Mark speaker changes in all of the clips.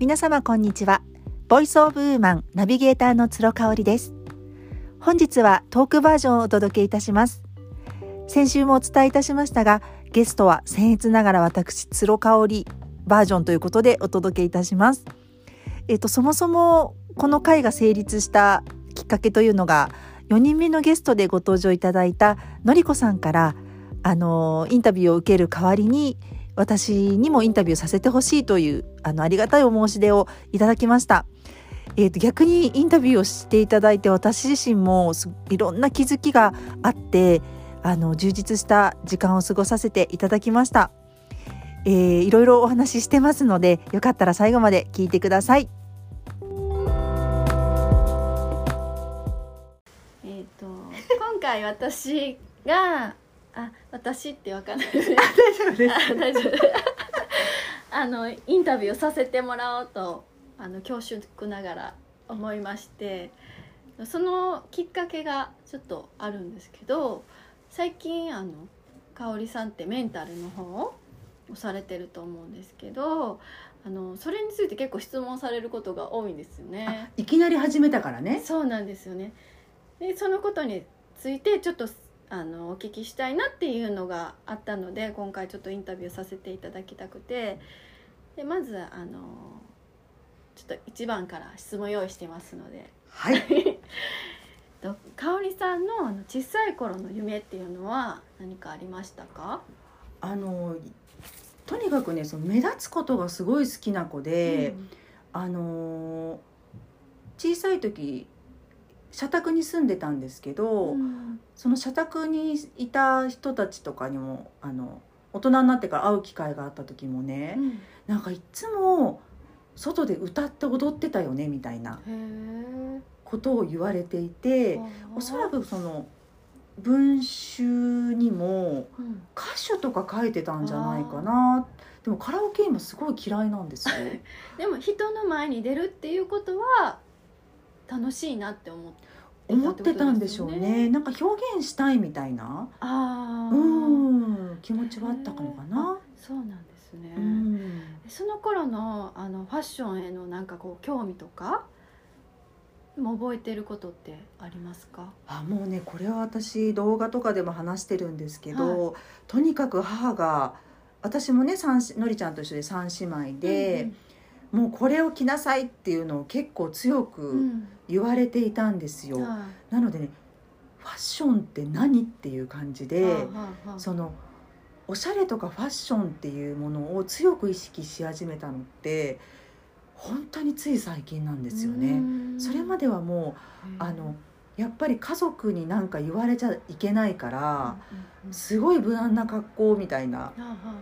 Speaker 1: 皆様こんにちは。ボイスオブウーマンナビゲーターの鶴香織です。本日はトークバージョンをお届けいたします。先週もお伝えいたしましたが、ゲストは僭越ながら私鶴香織バージョンということでお届けいたします。そもそもこの回が成立したきっかけというのが、4人目のゲストでご登場いただいたのりこさんからインタビューを受ける代わりに私にもインタビューさせてほしいというありがたいお申し出をいただきました。逆にインタビューをしていただいて、私自身もいろんな気づきがあって充実した時間を過ごさせていただきました。いろいろお話ししてますので、よかったら最後まで聞いてください。
Speaker 2: 今回私が私ってわかんないですね。
Speaker 1: 大丈夫です。
Speaker 2: 大丈夫インタビューをさせてもらおうと恐縮ながら思いまして、そのきっかけがちょっとあるんですけど、最近香織さんってメンタルの方をされてると思うんですけど、それについて結構質問されることが多いんですよね。
Speaker 1: いきなり始めたからね。
Speaker 2: そうなんですよね。でそのことについてちょっとお聞きしたいなっていうのがあったので、今回ちょっとインタビューさせていただきたくて、でまずちょっと1番から質問用意してますので、
Speaker 1: はい
Speaker 2: 香織さんの小さい頃の夢っていうのは何かありましたか？
Speaker 1: とにかくね、その目立つことがすごい好きな子で、小さい時社宅に住んでたんですけど、その社宅にいた人たちとかにも大人になってから会う機会があった時もね、なんかいつも外で歌って踊ってたよねみたいなことを言われていて、おそらくその文集にも歌手とか書いてたんじゃないかな。でもカラオケ今すごい嫌いなんですよ。
Speaker 2: でも人の前に出るっていうことは楽しいなって思って
Speaker 1: たんでしょうね。なんか表現したいみたいな気持ちはあったのかな。
Speaker 2: そうなんですね。その頃のファッションへのなんかこう興味とかも覚えてることってありますか？
Speaker 1: もうね、これは私動画とかでも話してるんですけど、とにかく母が、私もねのりちゃんと一緒で3姉妹で、もうこれを着なさいっていうのを結構強く言われていたんですよ。なのでね、ファッションって何っていう感じで、そのおしゃれとかファッションっていうものを強く意識し始めたのって本当につい最近なんですよね。それまではもうやっぱり家族に何か言われちゃいけないから、すごい無難な格好みたいな、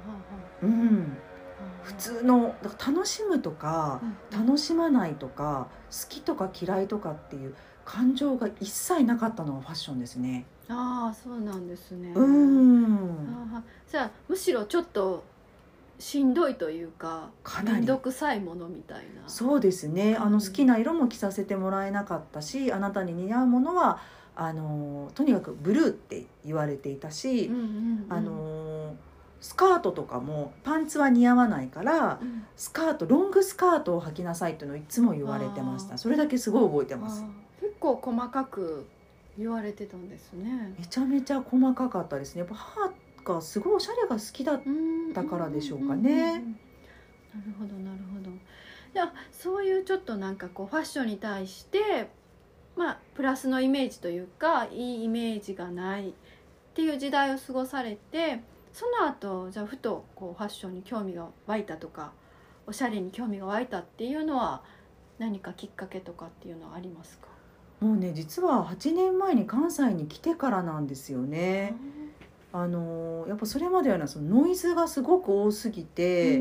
Speaker 1: 普通の楽しむとか楽しまないとか好きとか嫌いとかっていう感情が一切なかったのがファッションですね。
Speaker 2: そうなんですね。じゃあむしろちょっとしんどいというか、めんどくさいものみたいな。
Speaker 1: そうですね。好きな色も着させてもらえなかったし、あなたに似合うものはとにかくブルーって言われていたし、スカートとかもパンツは似合わないから、ロングスカートを履きなさいっていうのをいつも言われてました。それだけすごい覚えてます。
Speaker 2: 結構細かく言われてたんですね。
Speaker 1: めちゃめちゃ細かかったですね。やっぱ母がすごいおしゃれが好きだったからでしょうかね。
Speaker 2: なるほどなるほど。じゃあそういうちょっとなんかこうファッションに対してプラスのイメージというか、いいイメージがないっていう時代を過ごされて、その後じゃあふとこうファッションに興味が湧いたとか、おしゃれに興味が湧いたっていうのは何かきっかけとかっていうのはありますか？
Speaker 1: もうね、実は8年前に関西に来てからなんですよね。やっぱそれまではそのノイズがすごく多すぎて、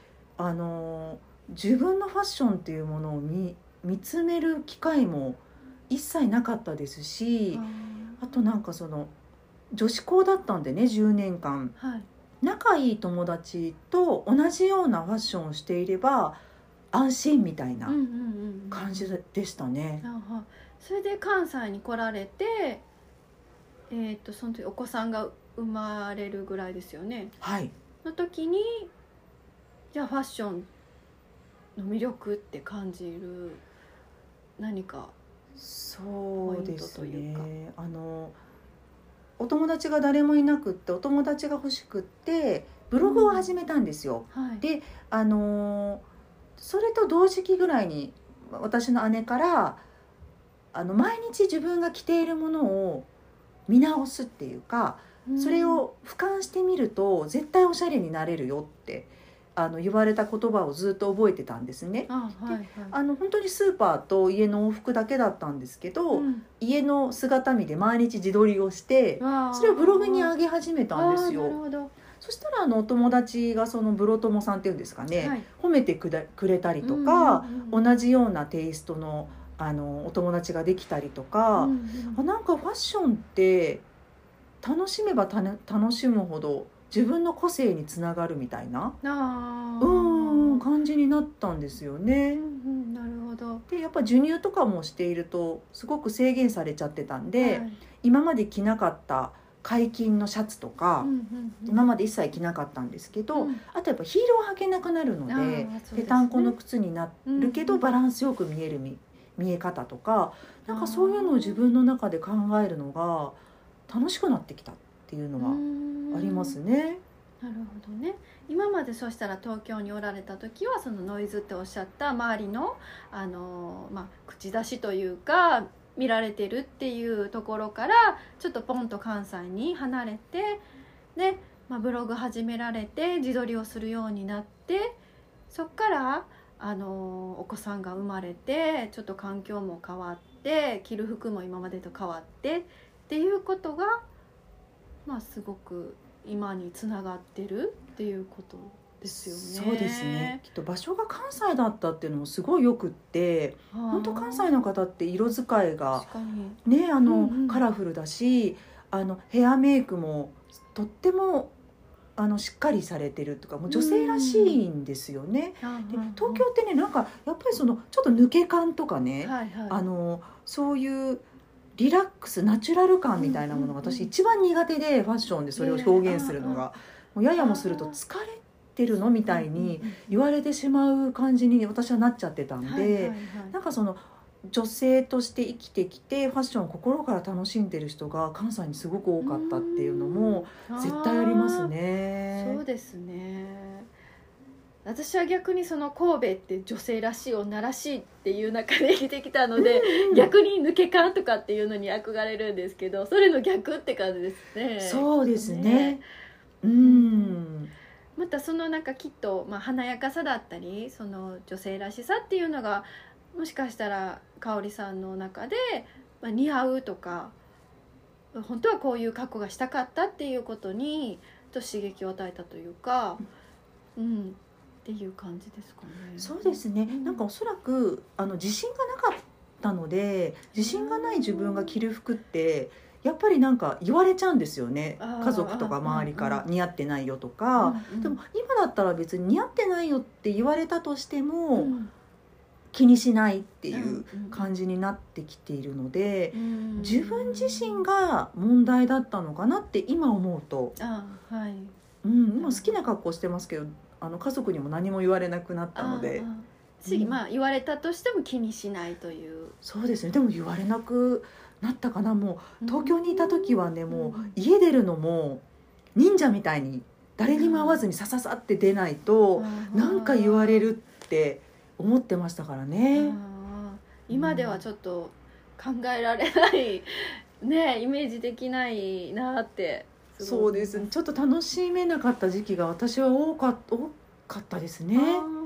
Speaker 1: 自分のファッションっていうものを見つめる機会も一切なかったですし、あとなんかその女子校だったんでね、10年間、仲いい友達と同じようなファッションをしていれば安心みたいな感じでしたね。
Speaker 2: それで関西に来られて、その時お子さんが生まれるぐらいですよね。
Speaker 1: はい。
Speaker 2: の時にじゃあファッションの魅力って感じる何か
Speaker 1: そうです
Speaker 2: ポイントというか
Speaker 1: ね。お友達が誰もいなくって、お友達が欲しくってブログを始めたんですよ。
Speaker 2: はい、
Speaker 1: でそれと同時期ぐらいに私の姉から毎日自分が着ているものを見直すっていうか、それを俯瞰してみると絶対おしゃれになれるよって言われた言葉をずっと覚えてたんですね。
Speaker 2: はいはい、
Speaker 1: 本当にスーパーと家の往復だけだったんですけど、家の姿見で毎日自撮りをしてそれをブログに上げ始めたんですよ。
Speaker 2: なるほど。
Speaker 1: そしたらお友達がそのブロ友さんっていうんですかね、
Speaker 2: はい、
Speaker 1: 褒めてくれたりとか、同じようなテイストのお友達ができたりとか、なんかファッションって楽しめば楽しむほど自分の個性につながるみたいな感じになったんですよね。
Speaker 2: なるほど。
Speaker 1: でやっぱ授乳とかもしているとすごく制限されちゃってたんで、
Speaker 2: はい、
Speaker 1: 今まで着なかった解禁のシャツとか、今まで一切着なかったんですけど、あとやっぱヒールは履けなくなるので、ぺたんこの靴になるけどバランスよく見え方とか、なんかそういうのを自分の中で考えるのが楽しくなってきたっていうのはありますね。
Speaker 2: なるほどね。今までそうしたら東京におられた時はそのノイズっておっしゃった周りの、口出しというか見られてるっていうところからちょっとポンと関西に離れてで、ブログ始められて自撮りをするようになって、そっからお子さんが生まれてちょっと環境も変わって着る服も今までと変わってっていうことが、すごく今につながってるっていうことですよね。
Speaker 1: そうですね。きっと場所が関西だったっていうのもすごいよくって、本当関西の方って色使いがねカラフルだし、ヘアメイクもとってもしっかりされてるとか、もう女性らしいんですよね。で東京ってね、なんかやっぱりそのちょっと抜け感とかね、そういうリラックスナチュラル感みたいなものが私一番苦手で、ファッションでそれを表現するのがもうややもすると疲れてるのみたいに言われてしまう感じに私はなっちゃってたんで、なんかその女性として生きてきてファッションを心から楽しんでる人が関西にすごく多かったっていうのも絶対ありますね。
Speaker 2: そうですね。私は逆にその神戸って女性らしい女らしいっていう中で生きてきたので、逆に抜け感とかっていうのに憧れるんですけど、それの逆って感じですね。
Speaker 1: そうですね。
Speaker 2: またそのなんかきっと、華やかさだったりその女性らしさっていうのがもしかしたら香織さんの中で、似合うとか本当はこういう格好がしたかったっていうことにと刺激を与えたというか、っていう感じですかね。
Speaker 1: そうですね。なんかおそらく自信がなかったので、自信がない自分が着る服ってやっぱりなんか言われちゃうんですよね。家族とか周りから似合ってないよとか、でも今だったら別に似合ってないよって言われたとしても、気にしないっていう感じになってきているので、自分自身が問題だったのかなって今思うと、今好きな格好してますけど家族にも何も言われなくなったので、
Speaker 2: 言われたとしても気にしないという。
Speaker 1: そうですね。でも言われなくなったかな。もう東京にいた時はね、もう家出るのも忍者みたいに誰にも会わずにさささって出ないとなんか言われるって思ってましたからね。
Speaker 2: 今ではちょっと考えられないね、イメージできないなって。
Speaker 1: そうですね。ちょっと楽しめなかった時期が私は多かったですね。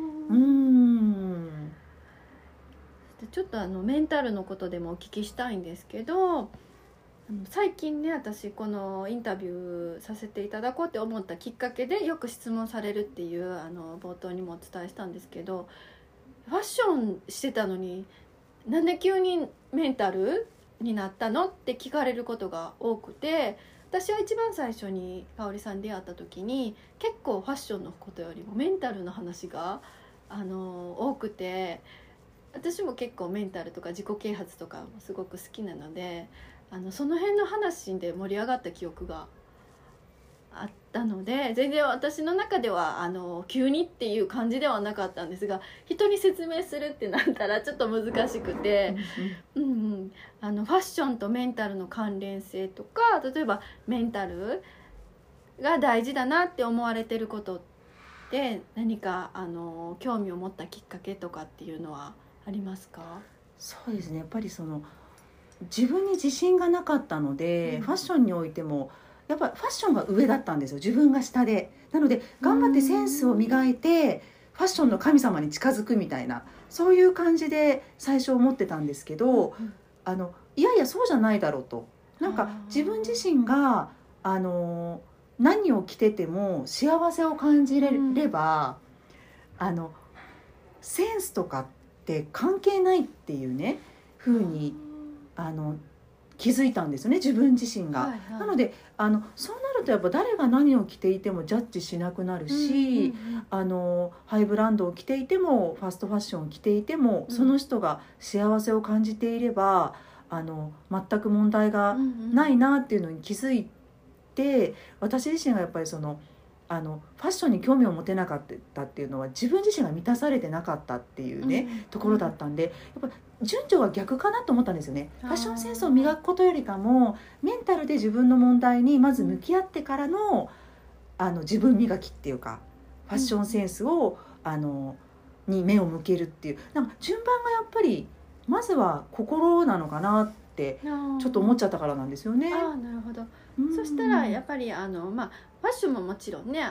Speaker 2: ちょっとメンタルのことでもお聞きしたいんですけど、最近ね、私このインタビューさせていただこうって思ったきっかけでよく質問されるっていう冒頭にもお伝えしたんですけど、ファッションしてたのになんで急にメンタルになったのって聞かれることが多くて、私は一番最初に香織さんに出会った時に結構ファッションのことよりもメンタルの話が多くて、私も結構メンタルとか自己啓発とかもすごく好きなので、その辺の話で盛り上がった記憶があったので全然私の中では急にっていう感じではなかったんですが、人に説明するってなったらちょっと難しくて、ファッションとメンタルの関連性とか、例えばメンタルが大事だなって思われてることって何か興味を持ったきっかけとかっていうのはありますか？
Speaker 1: そうですね、やっぱり自分に自信がなかったので、ファッションにおいてもやっぱファッションが上だったんですよ、自分が下で。なので頑張ってセンスを磨いてファッションの神様に近づくみたいな、そういう感じで最初思ってたんですけど、いやいやそうじゃないだろうと。なんか自分自身が何を着てても幸せを感じれれば、センスとかって関係ないっていうね風に気づいたんですよね、自分自身が。なのでそうなるとやっぱ誰が何を着ていてもジャッジしなくなるし、ハイブランドを着ていてもファストファッションを着ていても、その人が幸せを感じていれば全く問題がないなっていうのに気づいて、私自身がやっぱりファッションに興味を持てなかったっていうのは自分自身が満たされてなかったっていうね、ところだったんで、やっぱ順序は逆かなと思ったんですよね。ファッションセンスを磨くことよりかもメンタルで自分の問題にまず向き合ってからの自分磨きっていうか、ファッションセンスをに目を向けるっていう、なんか順番がやっぱりまずは心なのかなってちょっと思っちゃったからなんですよね。
Speaker 2: なるほど。そしたらやっぱりファッションももちろんね、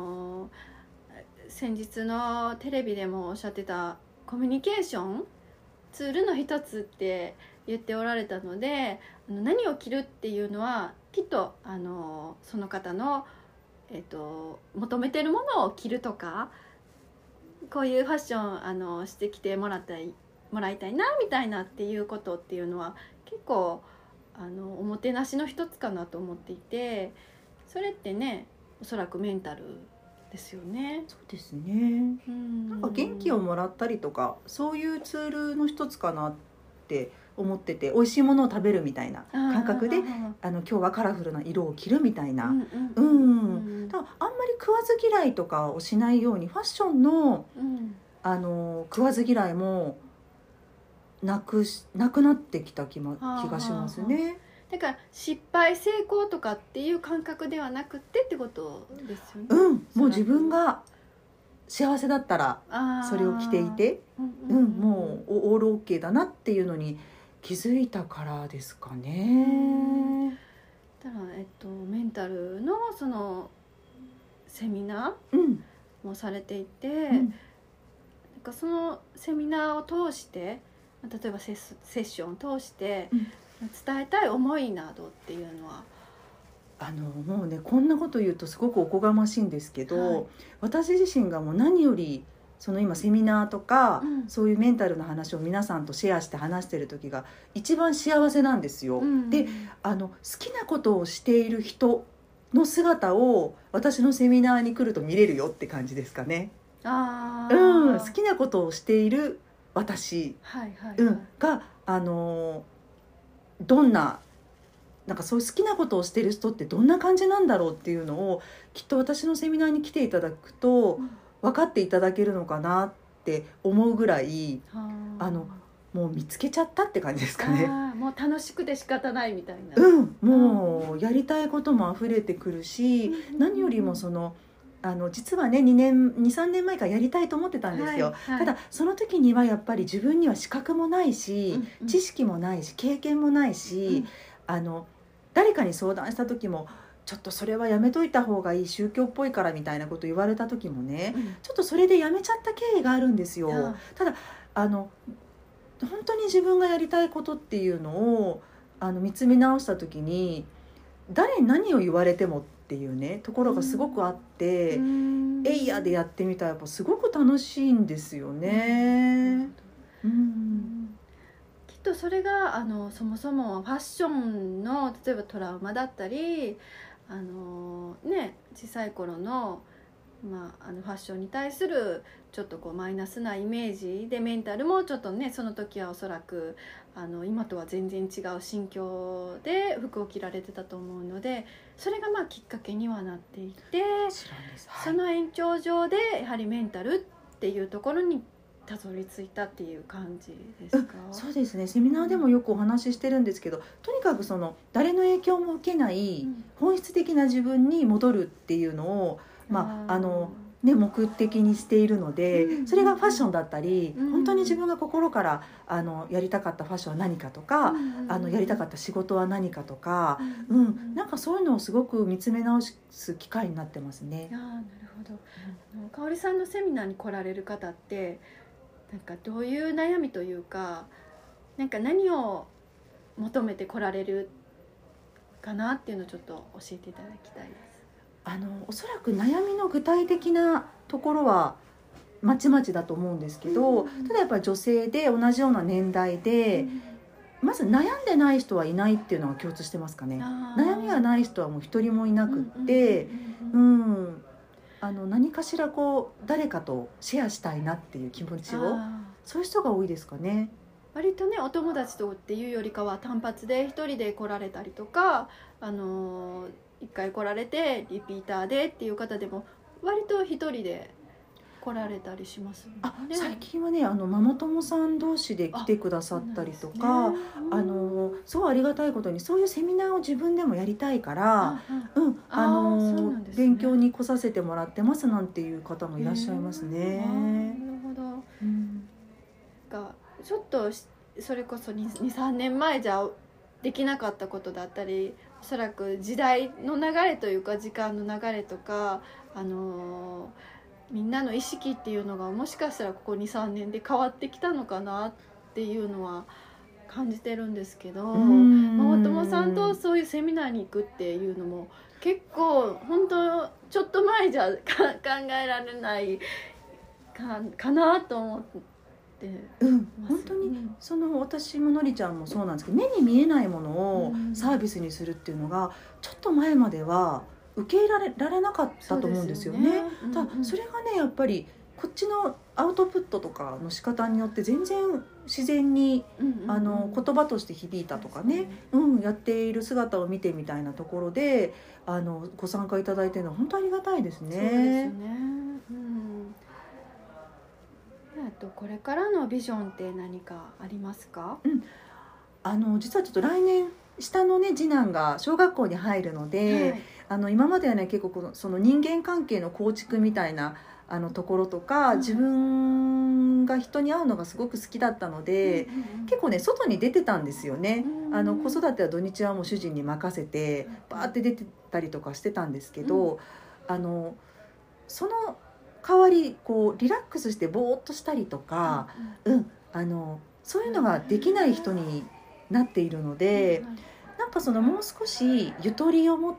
Speaker 2: 先日のテレビでもおっしゃってたコミュニケーションツールの一つって言っておられたので、何を着るっていうのはきっとその方の、求めてるものを着るとか、こういうファッションしてきてもらいたいなみたいなっていうことっていうのは結構おもてなしの一つかなと思っていて、それってねおそらくメンタルですよね。
Speaker 1: そうですね、なんか元気をもらったりとかそういうツールの一つかなって思ってて、美味しいものを食べるみたいな感覚で今日はカラフルな色を着るみたいな、だからあんまり食わず嫌いとかをしないように、ファッションの、食わず嫌いもなくなってきた気がしますね。
Speaker 2: だから失敗成功とかっていう感覚ではなくてってことですよね。
Speaker 1: もう自分が幸せだったらそれを着ていて、もうオールオッケーだなっていうのに気づいたからですかね。
Speaker 2: だからメンタルのそのセミナーもされていて、なんかそのセミナーを通して例えばセッションを通して伝えたい思いなどっていうのは、
Speaker 1: もうねこんなこと言うとすごくおこがましいんですけど、私自身がもう何より今セミナーとか、そういうメンタルの話を皆さんとシェアして話してる時が一番幸せなんですよ。で好きなことをしている人の姿を私のセミナーに来ると見れるよって感じですかね。好きなことをしている私がどんなそういう好きなことをしている人ってどんな感じなんだろうっていうのをきっと私のセミナーに来ていただくと分かっていただけるのかなって思うぐらい、もう見つけちゃったって感じですかね。
Speaker 2: もう楽しくて仕方ないみたいな。
Speaker 1: もうやりたいことも溢れてくるし、何よりも実はね2,3年前からやりたいと思ってたんですよ。ただその時にはやっぱり自分には資格もないし、知識もないし経験もないし、誰かに相談した時もちょっとそれはやめといた方がいい、宗教っぽいからみたいなこと言われた時もね、ちょっとそれでやめちゃった経緯があるんですよ。ただ本当に自分がやりたいことっていうのを見つめ直した時に誰に何を言われてもっていうねところがすごくあって、エイヤでやってみたらやっぱすごく楽しいんですよね。
Speaker 2: きっとそれがそもそもファッションの例えばトラウマだったり小さい頃のファッションに対するちょっとこうマイナスなイメージで、メンタルもちょっとね、その時はおそらく今とは全然違う心境で服を着られてたと思うので、それがきっかけにはなっていて、その延長上でやはりメンタルっていうところにたどり着いたっていう感じですか？
Speaker 3: そうですね、セミナーでもよくお話ししてるんですけど、とにかく誰の影響も受けない本質的な自分に戻るっていうのを、目的にしているので、それがファッションだったり、本当に自分が心からやりたかったファッションは何かとか、やりたかった仕事は何かとか、なんかそういうのをすごく見つめ直す機会になってますね。
Speaker 2: なるほど。香織さんのセミナーに来られる方ってなんかどういう悩みというか、なんか何を求めて来られるかなっていうのをちょっと教えていただきたいです。
Speaker 3: おそらく悩みの具体的なところはまちまちだと思うんですけど、ただやっぱり女性で同じような年代で、まず悩んでない人はいないっていうのが共通してますかね。悩みがない人はもう一人もいなくって、何かしら誰かとシェアしたいなっていう気持ちを、そういう人が多いですかね。
Speaker 2: 割とね、お友達とっていうよりかは単発で一人で来られたりとか、一回来られてリピーターでっていう方でも割と一人で来られたりしますね。
Speaker 3: 最近はね、ママ友さん同士で来てくださったりとか、すごいありがたいことにそういうセミナーを自分でもやりたいから、勉強に来させてもらってますなんていう方もいらっしゃいますね。
Speaker 2: なるほど。ちょっとそれこそ 2,3 年前じゃできなかったことだったり、おそらく時代の流れというか時間の流れとか、みんなの意識っていうのがもしかしたらここ 2,3 年で変わってきたのかなっていうのは感じてるんですけど、ママ友さんとそういうセミナーに行くっていうのも結構本当ちょっと前じゃ考えられないかなと思って。
Speaker 3: 本当に私ものりちゃんもそうなんですけど、目に見えないものをサービスにするっていうのがちょっと前までは受け入れられなかったと思うんですよね。それがね、やっぱりこっちのアウトプットとかの仕方によって全然自然に言葉として響いたとかね、やっている姿を見てみたいなところでご参加いただいているのは本当ありがたいですね。
Speaker 2: そうですね。これからのビジョンって何かありますか？
Speaker 3: 実はちょっと来年下のね次男が小学校に入るので、今まではね結構その人間関係の構築みたいなところとか、自分が人に会うのがすごく好きだったので、結構ね外に出てたんですよね。子育ては土日はもう主人に任せてバーって出てたりとかしてたんですけど、その代わりリラックスしてぼーっとしたりとか、そういうのができない人になっているので、なんかもう少しゆとりを持って、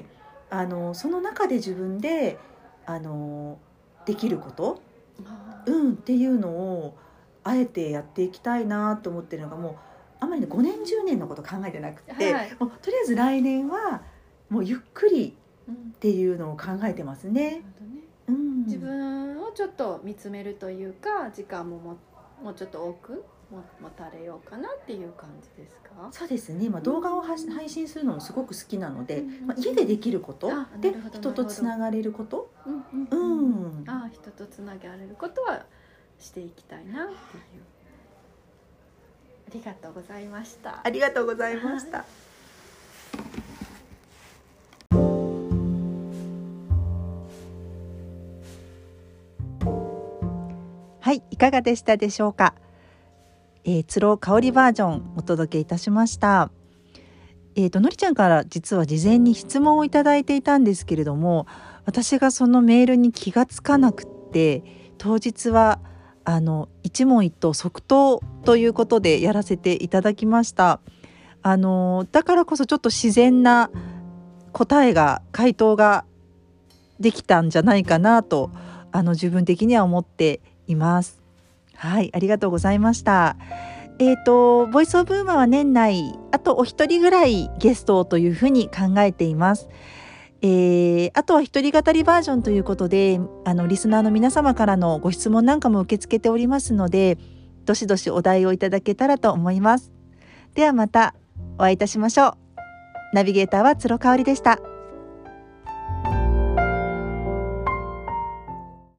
Speaker 3: その中で自分でできること、っていうのをあえてやっていきたいなと思ってるのが、もうあんまりね5年10年のこと考えてなくて、もうとりあえず来年はもうゆっくりっていうのを考えてますね。
Speaker 2: 自分をちょっと見つめるというか、時間ももうちょっと多く持たれようかなっていう感じですか？
Speaker 3: そうですね、動画を配信するのもすごく好きなので、家でできることで人とつながれること、
Speaker 2: 人とつながれることはしていきたいなっていう。ありがとうございました。
Speaker 3: ありがとうございました。
Speaker 1: はい、いかがでしたでしょうか。鶴尾香織バージョンお届けいたしました。のりちゃんから実は事前に質問をいただいていたんですけれども、私がそのメールに気がつかなくて、当日は一問一答即答ということでやらせていただきました。だからこそちょっと自然な回答ができたんじゃないかなと自分的には思っています。はい、ありがとうございました。ボイスオブウーマンは年内あとお一人ぐらいゲストというふうに考えています。 あとは一人語りバージョンということで、リスナーの皆様からのご質問なんかも受け付けておりますので、どしどしお題をいただけたらと思います。ではまたお会いいたしましょう。ナビゲーターはつろかおりでした。